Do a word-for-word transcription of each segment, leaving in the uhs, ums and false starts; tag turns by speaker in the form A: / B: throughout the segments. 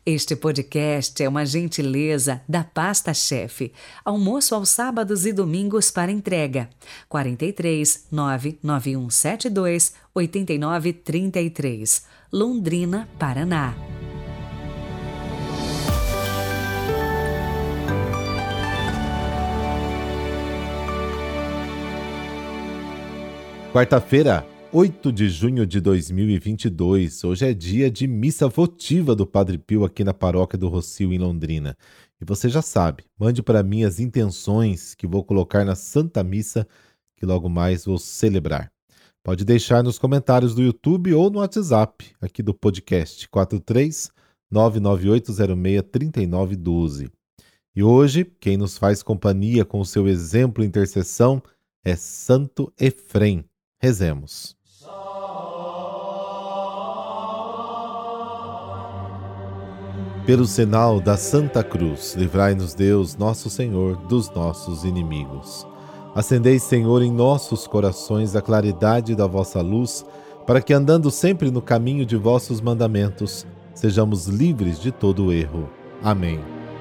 A: Este podcast é uma gentileza da Pasta Chefe. Almoço aos sábados e domingos para entrega. quarenta e três, nove nove um sete dois, oito nove três três, Londrina, Paraná.
B: Quarta-feira, oito de junho de dois mil e vinte e dois. Hoje é dia de missa votiva do Padre Pio aqui na Paróquia do Rocio, em Londrina. E você já sabe, mande para mim as intenções que vou colocar na Santa Missa, que logo mais vou celebrar. Pode deixar nos comentários do YouTube ou no WhatsApp, aqui do podcast, quatro três nove nove oito zero seis três nove um dois. E hoje, quem nos faz companhia com o seu exemplo e intercessão é Santo Efrem. Rezemos. Pelo sinal da Santa Cruz, livrai-nos Deus, nosso Senhor, dos nossos inimigos. Acendei, Senhor, em nossos corações a claridade da vossa luz, para que, andando sempre no caminho de vossos mandamentos, sejamos livres de todo erro. Amém.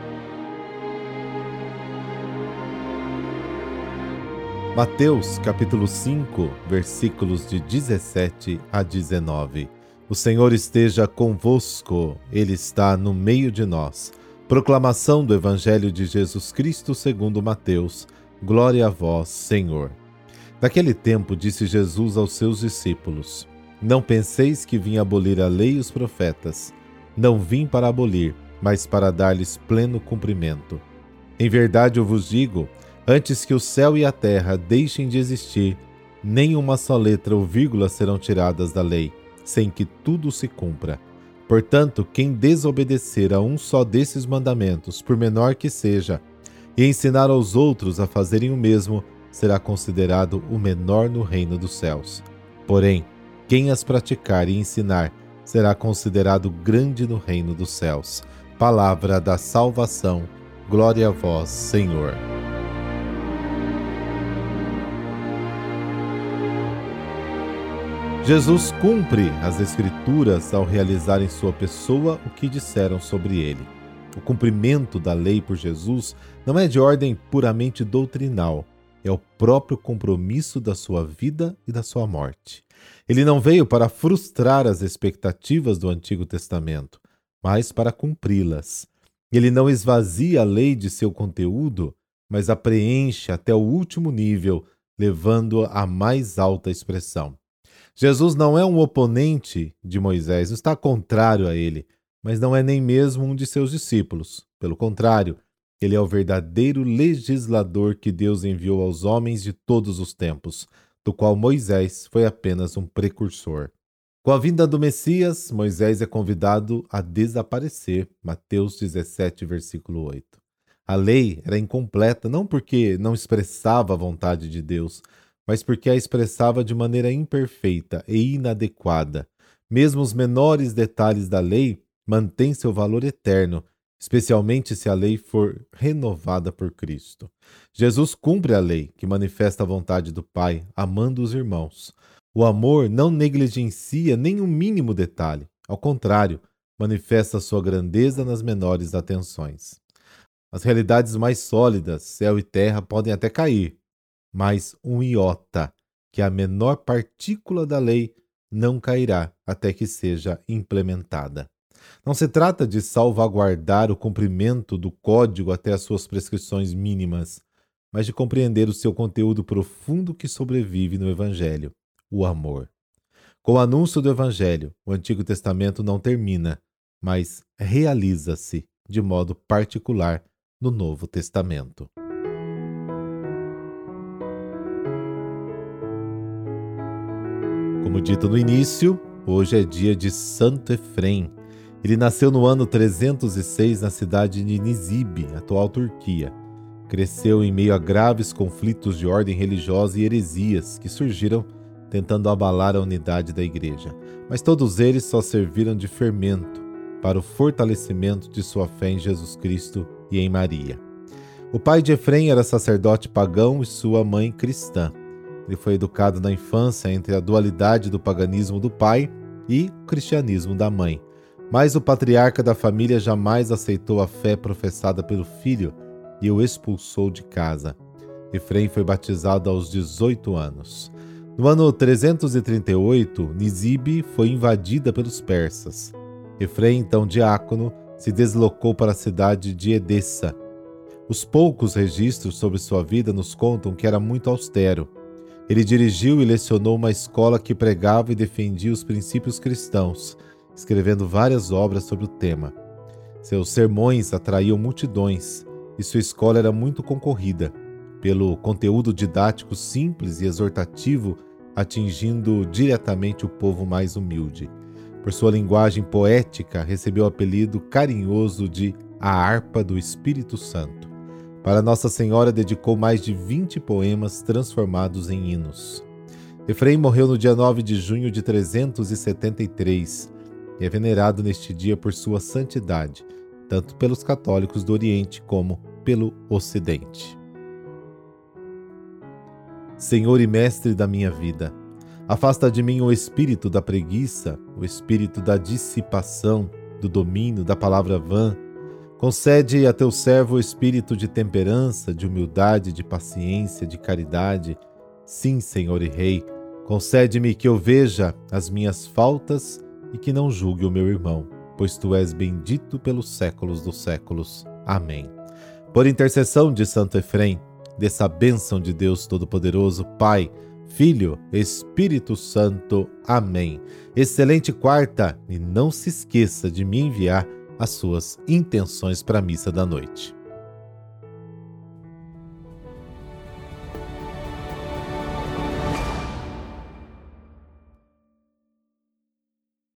B: Mateus, capítulo cinco, versículos de dezessete a dezenove. O Senhor esteja convosco, Ele está no meio de nós. Proclamação do Evangelho de Jesus Cristo segundo Mateus. Glória a vós, Senhor. Naquele tempo disse Jesus aos seus discípulos: Não penseis que vim abolir a lei e os profetas. Não vim para abolir, mas para dar-lhes pleno cumprimento. Em verdade eu vos digo, antes que o céu e a terra deixem de existir, nem uma só letra ou vírgula serão tiradas da lei, sem que tudo se cumpra. Portanto, quem desobedecer a um só desses mandamentos, por menor que seja, e ensinar aos outros a fazerem o mesmo, será considerado o menor no reino dos céus. Porém, quem as praticar e ensinar, será considerado grande no reino dos céus. Palavra da salvação. Glória a vós, Senhor. Jesus cumpre as Escrituras ao realizar em sua pessoa o que disseram sobre ele. O cumprimento da lei por Jesus não é de ordem puramente doutrinal, é o próprio compromisso da sua vida e da sua morte. Ele não veio para frustrar as expectativas do Antigo Testamento, mas para cumpri-las. Ele não esvazia a lei de seu conteúdo, mas a preenche até o último nível, levando-a à mais alta expressão. Jesus não é um oponente de Moisés, não está contrário a ele, mas não é nem mesmo um de seus discípulos. Pelo contrário, ele é o verdadeiro legislador que Deus enviou aos homens de todos os tempos, do qual Moisés foi apenas um precursor. Com a vinda do Messias, Moisés é convidado a desaparecer. Mateus dezessete, versículo oito. A lei era incompleta não porque não expressava a vontade de Deus, mas porque a expressava de maneira imperfeita e inadequada. Mesmo os menores detalhes da lei mantêm seu valor eterno, especialmente se a lei for renovada por Cristo. Jesus cumpre a lei, que manifesta a vontade do Pai, amando os irmãos. O amor não negligencia nenhum mínimo detalhe, ao contrário, manifesta sua grandeza nas menores atenções. As realidades mais sólidas, céu e terra, podem até cair, mas um iota, que é a menor partícula da lei, não cairá até que seja implementada. Não se trata de salvaguardar o cumprimento do código até as suas prescrições mínimas, mas de compreender o seu conteúdo profundo que sobrevive no Evangelho, o amor. Com o anúncio do Evangelho, o Antigo Testamento não termina, mas realiza-se de modo particular no Novo Testamento. Como dito no início, hoje é dia de Santo Efrem. Ele nasceu no ano trezentos e seis na cidade de Nisibe, atual Turquia. Cresceu em meio a graves conflitos de ordem religiosa e heresias que surgiram tentando abalar a unidade da igreja. Mas todos eles só serviram de fermento para o fortalecimento de sua fé em Jesus Cristo e em Maria. O pai de Efrem era sacerdote pagão e sua mãe cristã. Ele foi educado na infância entre a dualidade do paganismo do pai e o cristianismo da mãe. Mas o patriarca da família jamais aceitou a fé professada pelo filho e o expulsou de casa. Efrém foi batizado aos dezoito anos. No ano trezentos e trinta e oito, Nisibe foi invadida pelos persas. Efrém, então diácono, se deslocou para a cidade de Edessa. Os poucos registros sobre sua vida nos contam que era muito austero. Ele dirigiu e lecionou uma escola que pregava e defendia os princípios cristãos, escrevendo várias obras sobre o tema. Seus sermões atraíam multidões e sua escola era muito concorrida, pelo conteúdo didático simples e exortativo, atingindo diretamente o povo mais humilde. Por sua linguagem poética, recebeu o apelido carinhoso de A Harpa do Espírito Santo. Para Nossa Senhora, dedicou mais de vinte poemas transformados em hinos. Efrém morreu no dia nove de junho de trezentos e setenta e três e é venerado neste dia por sua santidade, tanto pelos católicos do Oriente como pelo Ocidente. Senhor e Mestre da minha vida, afasta de mim o espírito da preguiça, o espírito da dissipação, do domínio, da palavra vã. Concede a teu servo o espírito de temperança, de humildade, de paciência, de caridade. Sim, Senhor e Rei, concede-me que eu veja as minhas faltas e que não julgue o meu irmão, pois tu és bendito pelos séculos dos séculos. Amém. Por intercessão de Santo Efrém, dessa bênção de Deus Todo-Poderoso, Pai, Filho, Espírito Santo. Amém. Excelente quarta e não se esqueça de me enviar as suas intenções para a missa da noite.